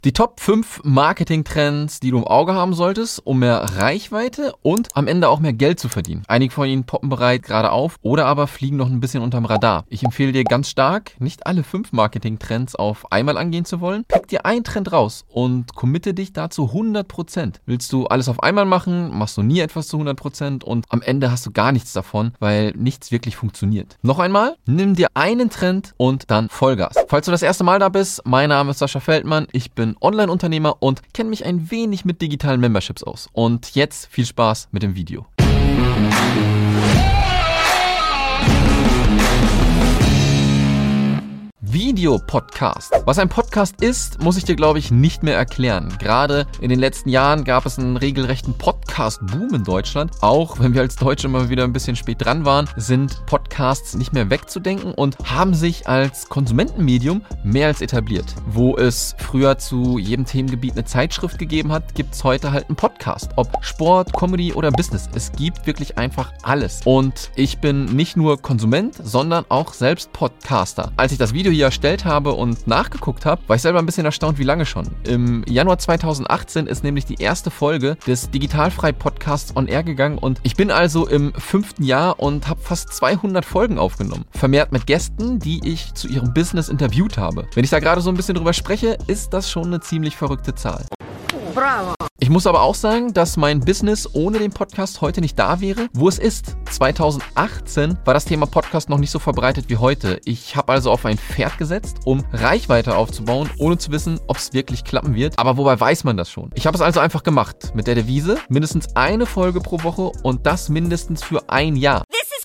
Die Top 5 Marketing-Trends, die du im Auge haben solltest, um mehr Reichweite und am Ende auch mehr Geld zu verdienen. Einige von ihnen poppen bereit gerade auf oder aber fliegen noch ein bisschen unterm Radar. Ich empfehle dir ganz stark, nicht alle 5 Marketing-Trends auf einmal angehen zu wollen. Pick dir einen Trend raus und committe dich dazu 100%. Willst du alles auf einmal machen, machst du nie etwas zu 100% und am Ende hast du gar nichts davon, weil nichts wirklich funktioniert. Noch einmal, nimm dir einen Trend und dann Vollgas. Falls du das erste Mal da bist, mein Name ist Sascha Feldmann, ich bin Online-Unternehmer und kenne mich ein wenig mit digitalen Memberships aus. Und jetzt viel Spaß mit dem Video. Videopodcast. Was ein Podcast ist, muss ich dir, glaube ich, nicht mehr erklären. Gerade in den letzten Jahren gab es einen regelrechten Podcast-Boom in Deutschland. Auch wenn wir als Deutsche immer wieder ein bisschen spät dran waren, sind Podcasts nicht mehr wegzudenken und haben sich als Konsumentenmedium mehr als etabliert. Wo es früher zu jedem Themengebiet eine Zeitschrift gegeben hat, gibt es heute halt einen Podcast. Ob Sport, Comedy oder Business. Es gibt wirklich einfach alles. Und ich bin nicht nur Konsument, sondern auch selbst Podcaster. Als ich das Video hier erstellt habe und nachgeguckt habe, war ich selber ein bisschen erstaunt, wie lange schon. Im Januar 2018 ist nämlich die erste Folge des Digitalfrei-Podcasts on Air gegangen und ich bin also im 5. Jahr und habe fast 200 Folgen aufgenommen. Vermehrt mit Gästen, die ich zu ihrem Business interviewt habe. Wenn ich da gerade so ein bisschen drüber spreche, ist das schon eine ziemlich verrückte Zahl. Bravo. Ich muss aber auch sagen, dass mein Business ohne den Podcast heute nicht da wäre, wo es ist. 2018 war das Thema Podcast noch nicht so verbreitet wie heute. Ich habe also auf ein Pferd gesetzt, um Reichweite aufzubauen, ohne zu wissen, ob es wirklich klappen wird. Aber wobei weiß man das schon? Ich habe es also einfach gemacht. Mit der Devise, mindestens eine Folge pro Woche und das mindestens für ein Jahr.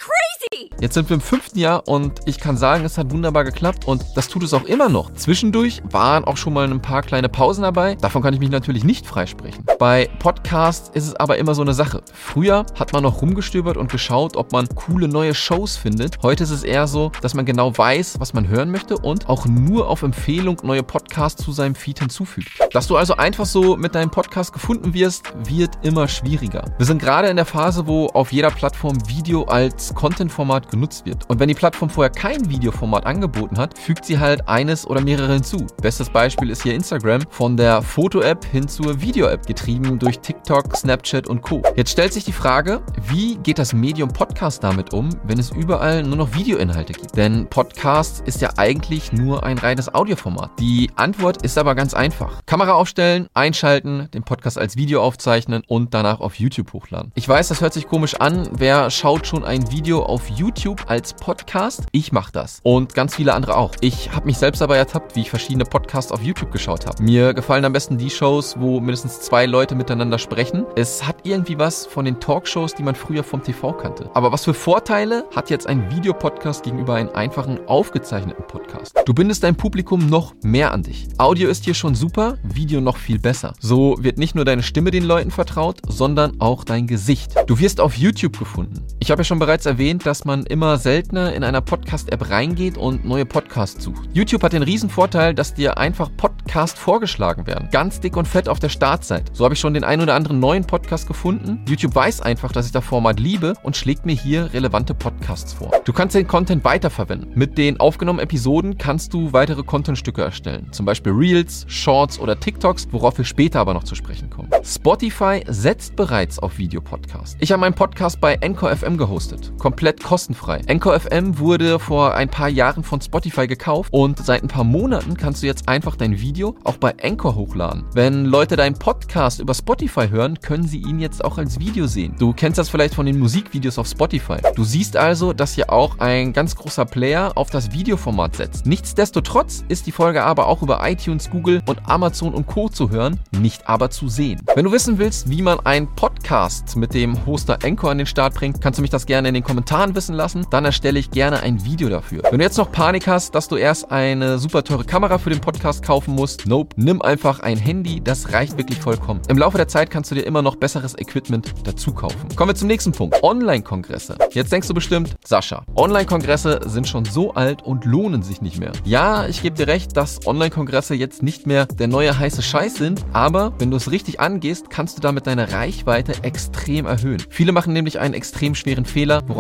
Jetzt sind wir im 5. Jahr und ich kann sagen, es hat wunderbar geklappt und das tut es auch immer noch. Zwischendurch waren auch schon mal ein paar kleine Pausen dabei. Davon kann ich mich natürlich nicht freisprechen. Bei Podcasts ist es aber immer so eine Sache. Früher hat man noch rumgestöbert und geschaut, ob man coole neue Shows findet. Heute ist es eher so, dass man genau weiß, was man hören möchte und auch nur auf Empfehlung neue Podcasts zu seinem Feed hinzufügt. Dass du also einfach so mit deinem Podcast gefunden wirst, wird immer schwieriger. Wir sind gerade in der Phase, wo auf jeder Plattform Video als Content-Format genutzt wird. Und wenn die Plattform vorher kein Videoformat angeboten hat, fügt sie halt eines oder mehrere hinzu. Bestes Beispiel ist hier Instagram, von der Foto-App hin zur Video-App, getrieben durch TikTok, Snapchat und Co. Jetzt stellt sich die Frage, wie geht das Medium Podcast damit um, wenn es überall nur noch Videoinhalte gibt? Denn Podcast ist ja eigentlich nur ein reines Audioformat. Die Antwort ist aber ganz einfach. Kamera aufstellen, einschalten, den Podcast als Video aufzeichnen und danach auf YouTube hochladen. Ich weiß, das hört sich komisch an. Wer schaut schon ein Video auf YouTube als Podcast? Ich mache das. Und ganz viele andere auch. Ich habe mich selbst aber ertappt, wie ich verschiedene Podcasts auf YouTube geschaut habe. Mir gefallen am besten die Shows, wo mindestens 2 Leute miteinander sprechen. Es hat irgendwie was von den Talkshows, die man früher vom TV kannte. Aber was für Vorteile hat jetzt ein Videopodcast gegenüber einem einfachen, aufgezeichneten Podcast? Du bindest dein Publikum noch mehr an dich. Audio ist hier schon super, Video noch viel besser. So wird nicht nur deine Stimme den Leuten vertraut, sondern auch dein Gesicht. Du wirst auf YouTube gefunden. Ich habe ja schon bereits erwähnt, dass man immer seltener in einer Podcast-App reingeht und neue Podcasts sucht. YouTube hat den riesen Vorteil, dass dir einfach Podcasts vorgeschlagen werden. Ganz dick und fett auf der Startseite. So habe ich schon den einen oder anderen neuen Podcast gefunden. YouTube weiß einfach, dass ich das Format liebe und schlägt mir hier relevante Podcasts vor. Du kannst den Content weiterverwenden. Mit den aufgenommenen Episoden kannst du weitere Contentstücke erstellen. Zum Beispiel Reels, Shorts oder TikToks, worauf wir später aber noch zu sprechen kommen. Spotify setzt bereits auf Videopodcasts. Ich habe meinen Podcast bei Anchor FM gehostet. Komplett kostenfrei. Anchor FM wurde vor ein paar Jahren von Spotify gekauft und seit ein paar Monaten kannst du jetzt einfach dein Video auch bei Anchor hochladen. Wenn Leute deinen Podcast über Spotify hören, können sie ihn jetzt auch als Video sehen. Du kennst das vielleicht von den Musikvideos auf Spotify. Du siehst also, dass hier auch ein ganz großer Player auf das Videoformat setzt. Nichtsdestotrotz ist die Folge aber auch über iTunes, Google und Amazon und Co. zu hören, nicht aber zu sehen. Wenn du wissen willst, wie man einen Podcast mit dem Hoster Anchor an den Start bringt, kannst du mich das gerne in den Kommentaren wissen lassen. Dann erstelle ich gerne ein Video dafür. Wenn du jetzt noch Panik hast, dass du erst eine super teure Kamera für den Podcast kaufen musst, nope, nimm einfach ein Handy, das reicht wirklich vollkommen. Im Laufe der Zeit kannst du dir immer noch besseres Equipment dazu kaufen. Kommen wir zum nächsten Punkt. Online-Kongresse. Jetzt denkst du bestimmt, Sascha, Online-Kongresse sind schon so alt und lohnen sich nicht mehr. Ja, ich gebe dir recht, dass Online-Kongresse jetzt nicht mehr der neue heiße Scheiß sind, aber wenn du es richtig angehst, kannst du damit deine Reichweite extrem erhöhen. Viele machen nämlich einen extrem schweren Fehler, worauf ich gleich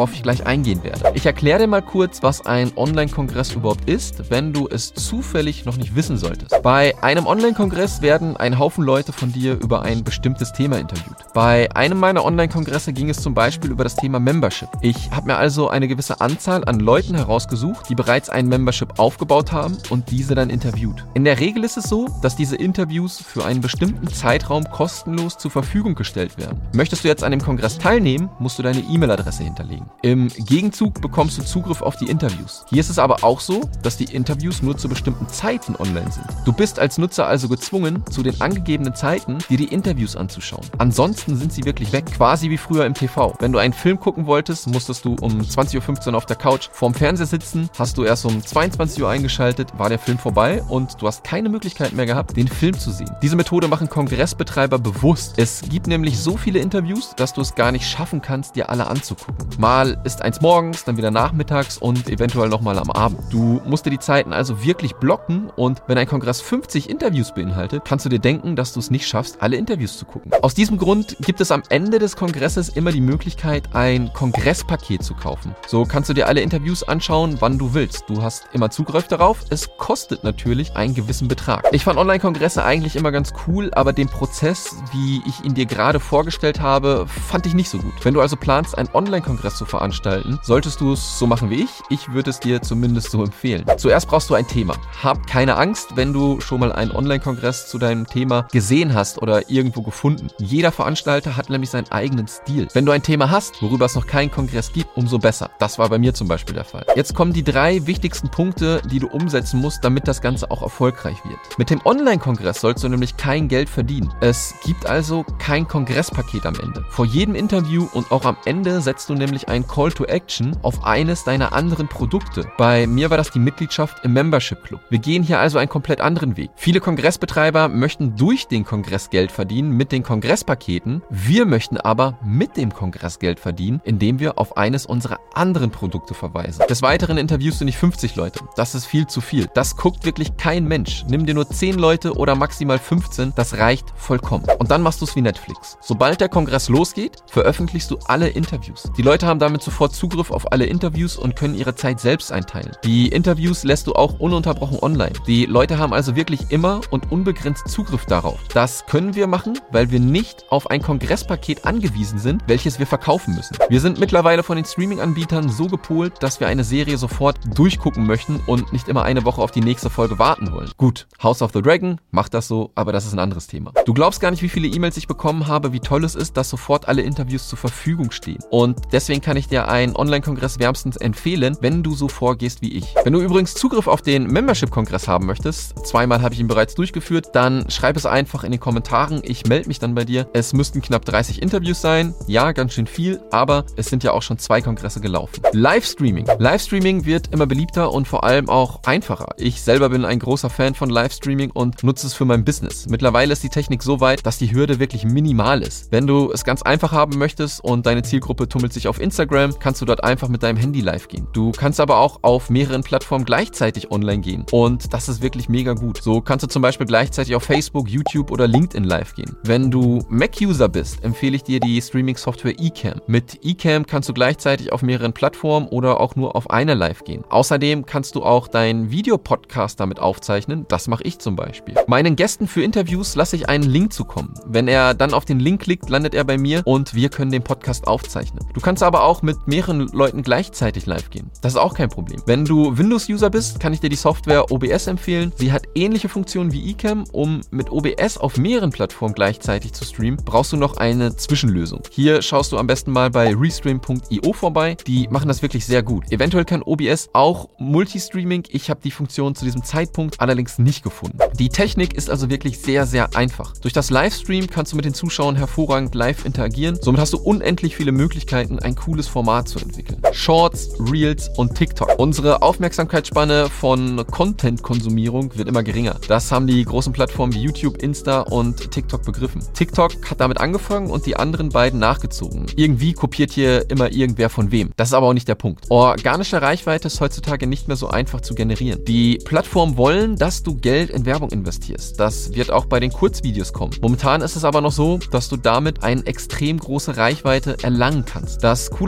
ich eingehen werde. Ich erkläre dir mal kurz, was ein Online-Kongress überhaupt ist, wenn du es zufällig noch nicht wissen solltest. Bei einem Online-Kongress werden ein Haufen Leute von dir über ein bestimmtes Thema interviewt. Bei einem meiner Online-Kongresse ging es zum Beispiel über das Thema Membership. Ich habe mir also eine gewisse Anzahl an Leuten herausgesucht, die bereits ein Membership aufgebaut haben und diese dann interviewt. In der Regel ist es so, dass diese Interviews für einen bestimmten Zeitraum kostenlos zur Verfügung gestellt werden. Möchtest du jetzt an dem Kongress teilnehmen, musst du deine E-Mail-Adresse hinterlegen. Im Gegenzug bekommst du Zugriff auf die Interviews. Hier ist es aber auch so, dass die Interviews nur zu bestimmten Zeiten online sind. Du bist als Nutzer also gezwungen, zu den angegebenen Zeiten dir die Interviews anzuschauen. Ansonsten sind sie wirklich weg, quasi wie früher im TV. Wenn du einen Film gucken wolltest, musstest du um 20.15 Uhr auf der Couch vorm Fernseher sitzen, hast du erst um 22 Uhr eingeschaltet, war der Film vorbei und du hast keine Möglichkeit mehr gehabt, den Film zu sehen. Diese Methode machen Kongressbetreiber bewusst. Es gibt nämlich so viele Interviews, dass du es gar nicht schaffen kannst, dir alle anzugucken. Mal ist eins morgens, dann wieder nachmittags und eventuell nochmal am Abend. Du musst dir die Zeiten also wirklich blocken und wenn ein Kongress 50 Interviews beinhaltet, kannst du dir denken, dass du es nicht schaffst, alle Interviews zu gucken. Aus diesem Grund gibt es am Ende des Kongresses immer die Möglichkeit, ein Kongresspaket zu kaufen. So kannst du dir alle Interviews anschauen, wann du willst. Du hast immer Zugriff darauf. Es kostet natürlich einen gewissen Betrag. Ich fand Online-Kongresse eigentlich immer ganz cool, aber den Prozess, wie ich ihn dir gerade vorgestellt habe, fand ich nicht so gut. Wenn du also planst, einen Online-Kongress zu veranstalten, solltest du es so machen wie ich. Ich würde es dir zumindest so empfehlen. Zuerst brauchst du ein Thema. Hab keine Angst, wenn du schon mal einen Online-Kongress zu deinem Thema gesehen hast oder irgendwo gefunden. Jeder Veranstalter hat nämlich seinen eigenen Stil. Wenn du ein Thema hast, worüber es noch keinen Kongress gibt, umso besser. Das war bei mir zum Beispiel der Fall. Jetzt kommen die 3 wichtigsten Punkte, die du umsetzen musst, damit das Ganze auch erfolgreich wird. Mit dem Online-Kongress sollst du nämlich kein Geld verdienen. Es gibt also kein Kongresspaket am Ende. Vor jedem Interview und auch am Ende setzt du nämlich einen Call to Action auf eines deiner anderen Produkte. Bei mir war das die Mitgliedschaft im Membership Club. Wir gehen hier also einen komplett anderen Weg. Viele Kongressbetreiber möchten durch den Kongress Geld verdienen mit den Kongresspaketen. Wir möchten aber mit dem Kongress Geld verdienen, indem wir auf eines unserer anderen Produkte verweisen. Des Weiteren interviewst du nicht 50 Leute. Das ist viel zu viel. Das guckt wirklich kein Mensch. Nimm dir nur 10 Leute oder maximal 15. Das reicht vollkommen. Und dann machst du es wie Netflix. Sobald der Kongress losgeht, veröffentlichst du alle Interviews. Die Leute haben damit sofort Zugriff auf alle Interviews und können ihre Zeit selbst einteilen. Die Interviews lässt du auch ununterbrochen online. Die Leute haben also wirklich immer und unbegrenzt Zugriff darauf. Das können wir machen, weil wir nicht auf ein Kongresspaket angewiesen sind, welches wir verkaufen müssen. Wir sind mittlerweile von den Streaming-Anbietern so gepolt, dass wir eine Serie sofort durchgucken möchten und nicht immer eine Woche auf die nächste Folge warten wollen. Gut, House of the Dragon macht das so, aber das ist ein anderes Thema. Du glaubst gar nicht, wie viele E-Mails ich bekommen habe, wie toll es ist, dass sofort alle Interviews zur Verfügung stehen. Und deswegen kann ich dir einen Online-Kongress wärmstens empfehlen, wenn du so vorgehst wie ich. Wenn du übrigens Zugriff auf den Membership-Kongress haben möchtest, 2-mal habe ich ihn bereits durchgeführt, dann schreib es einfach in den Kommentaren. Ich melde mich dann bei dir. Es müssten knapp 30 Interviews sein. Ja, ganz schön viel, aber es sind ja auch schon 2 Kongresse gelaufen. Livestreaming. Livestreaming wird immer beliebter und vor allem auch einfacher. Ich selber bin ein großer Fan von Livestreaming und nutze es für mein Business. Mittlerweile ist die Technik so weit, dass die Hürde wirklich minimal ist. Wenn du es ganz einfach haben möchtest und deine Zielgruppe tummelt sich auf Instagram, kannst du dort einfach mit deinem Handy live gehen. Du kannst aber auch auf mehreren Plattformen gleichzeitig online gehen und das ist wirklich mega gut. So kannst du zum Beispiel gleichzeitig auf Facebook, YouTube oder LinkedIn live gehen. Wenn du Mac-User bist, empfehle ich dir die Streaming-Software Ecamm. Mit Ecamm kannst du gleichzeitig auf mehreren Plattformen oder auch nur auf einer live gehen. Außerdem kannst du auch deinen Videopodcast damit aufzeichnen. Das mache ich zum Beispiel. Meinen Gästen für Interviews lasse ich einen Link zukommen. Wenn er dann auf den Link klickt, landet er bei mir und wir können den Podcast aufzeichnen. Du kannst aber auch mit mehreren Leuten gleichzeitig live gehen. Das ist auch kein Problem. Wenn du Windows-User bist, kann ich dir die Software OBS empfehlen. Sie hat ähnliche Funktionen wie Ecamm. Um mit OBS auf mehreren Plattformen gleichzeitig zu streamen, brauchst du noch eine Zwischenlösung. Hier schaust du am besten mal bei restream.io vorbei. Die machen das wirklich sehr gut. Eventuell kann OBS auch Multistreaming. Ich habe die Funktion zu diesem Zeitpunkt allerdings nicht gefunden. Die Technik ist also wirklich sehr, sehr einfach. Durch das Livestream kannst du mit den Zuschauern hervorragend live interagieren. Somit hast du unendlich viele Möglichkeiten, ein cooles Format zu entwickeln. Shorts, Reels und TikTok. Unsere Aufmerksamkeitsspanne von Content-Konsumierung wird immer geringer. Das haben die großen Plattformen wie YouTube, Insta und TikTok begriffen. TikTok hat damit angefangen und die anderen beiden nachgezogen. Irgendwie kopiert hier immer irgendwer von wem. Das ist aber auch nicht der Punkt. Organische Reichweite ist heutzutage nicht mehr so einfach zu generieren. Die Plattformen wollen, dass du Geld in Werbung investierst. Das wird auch bei den Kurzvideos kommen. Momentan ist es aber noch so, dass du damit eine extrem große Reichweite erlangen kannst. Das Coole an dem Format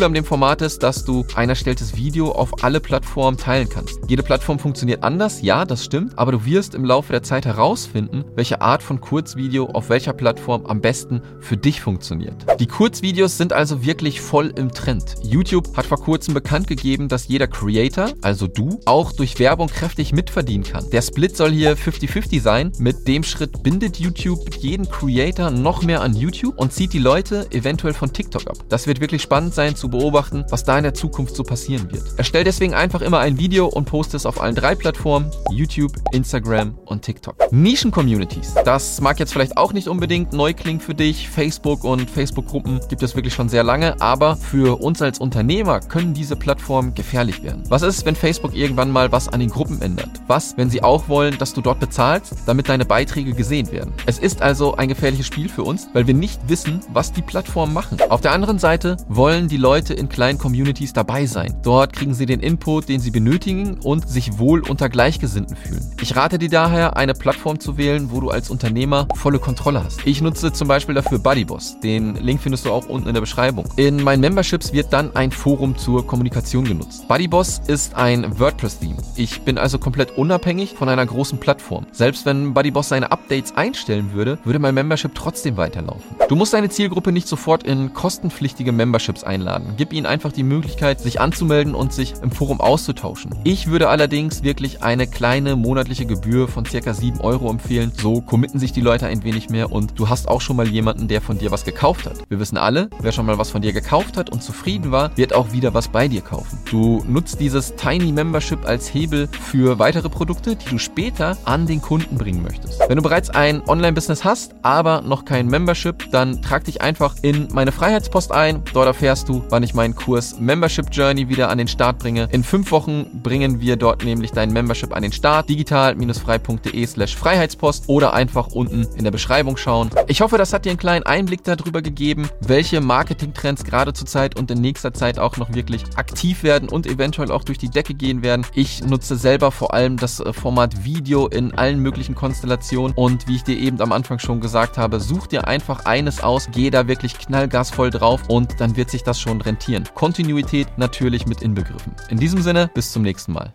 Format ist, dass du ein erstelltes Video auf alle Plattformen teilen kannst. Jede Plattform funktioniert anders, ja, das stimmt, aber du wirst im Laufe der Zeit herausfinden, welche Art von Kurzvideo auf welcher Plattform am besten für dich funktioniert. Die Kurzvideos sind also wirklich voll im Trend. YouTube hat vor kurzem bekannt gegeben, dass jeder Creator, also du, auch durch Werbung kräftig mitverdienen kann. Der Split soll hier 50-50 sein. Mit dem Schritt bindet YouTube jeden Creator noch mehr an YouTube und zieht die Leute eventuell von TikTok ab. Das wird wirklich spannend sein zu beobachten, was da in der Zukunft so passieren wird. Erstell deswegen einfach immer ein Video und poste es auf allen 3 Plattformen: YouTube, Instagram und TikTok. Nischen-Communities. Das mag jetzt vielleicht auch nicht unbedingt neu klingen für dich. Facebook und Facebook-Gruppen gibt es wirklich schon sehr lange, aber für uns als Unternehmer können diese Plattformen gefährlich werden. Was ist, wenn Facebook irgendwann mal was an den Gruppen ändert? Was, wenn sie auch wollen, dass du dort bezahlst, damit deine Beiträge gesehen werden? Es ist also ein gefährliches Spiel für uns, weil wir nicht wissen, was die Plattformen machen. Auf der anderen Seite wollen die Leute in kleinen Communities dabei sein. Dort kriegen sie den Input, den sie benötigen und sich wohl unter Gleichgesinnten fühlen. Ich rate dir daher, eine Plattform zu wählen, wo du als Unternehmer volle Kontrolle hast. Ich nutze zum Beispiel dafür Buddyboss. Den Link findest du auch unten in der Beschreibung. In meinen Memberships wird dann ein Forum zur Kommunikation genutzt. Buddyboss ist ein WordPress-Theme. Ich bin also komplett unabhängig von einer großen Plattform. Selbst wenn Buddyboss seine Updates einstellen würde, würde mein Membership trotzdem weiterlaufen. Du musst deine Zielgruppe nicht sofort in kostenpflichtige Memberships einladen. Gib ihnen einfach die Möglichkeit, sich anzumelden und sich im Forum auszutauschen. Ich würde allerdings wirklich eine kleine monatliche Gebühr von ca. 7 € empfehlen. So committen sich die Leute ein wenig mehr und du hast auch schon mal jemanden, der von dir was gekauft hat. Wir wissen alle, wer schon mal was von dir gekauft hat und zufrieden war, wird auch wieder was bei dir kaufen. Du nutzt dieses Tiny Membership als Hebel für weitere Produkte, die du später an den Kunden bringen möchtest. Wenn du bereits ein Online-Business hast, aber noch kein Membership, dann trag dich einfach in meine Freiheitspost ein. Dort erfährst du, wann ich meinen Kurs Membership Journey wieder an den Start bringe. In 5 Wochen bringen wir dort nämlich dein Membership an den Start. digital-frei.de/Freiheitspost oder einfach unten in der Beschreibung schauen. Ich hoffe, das hat dir einen kleinen Einblick darüber gegeben, welche Marketingtrends gerade zur Zeit und in nächster Zeit auch noch wirklich aktiv werden und eventuell auch durch die Decke gehen werden. Ich nutze selber vor allem das Format Video in allen möglichen Konstellationen und wie ich dir eben am Anfang schon gesagt habe, such dir einfach eines aus, geh da wirklich knallgasvoll drauf und dann wird sich das schon rentieren. Kontinuität natürlich mit inbegriffen. In diesem Sinne, bis zum nächsten Mal.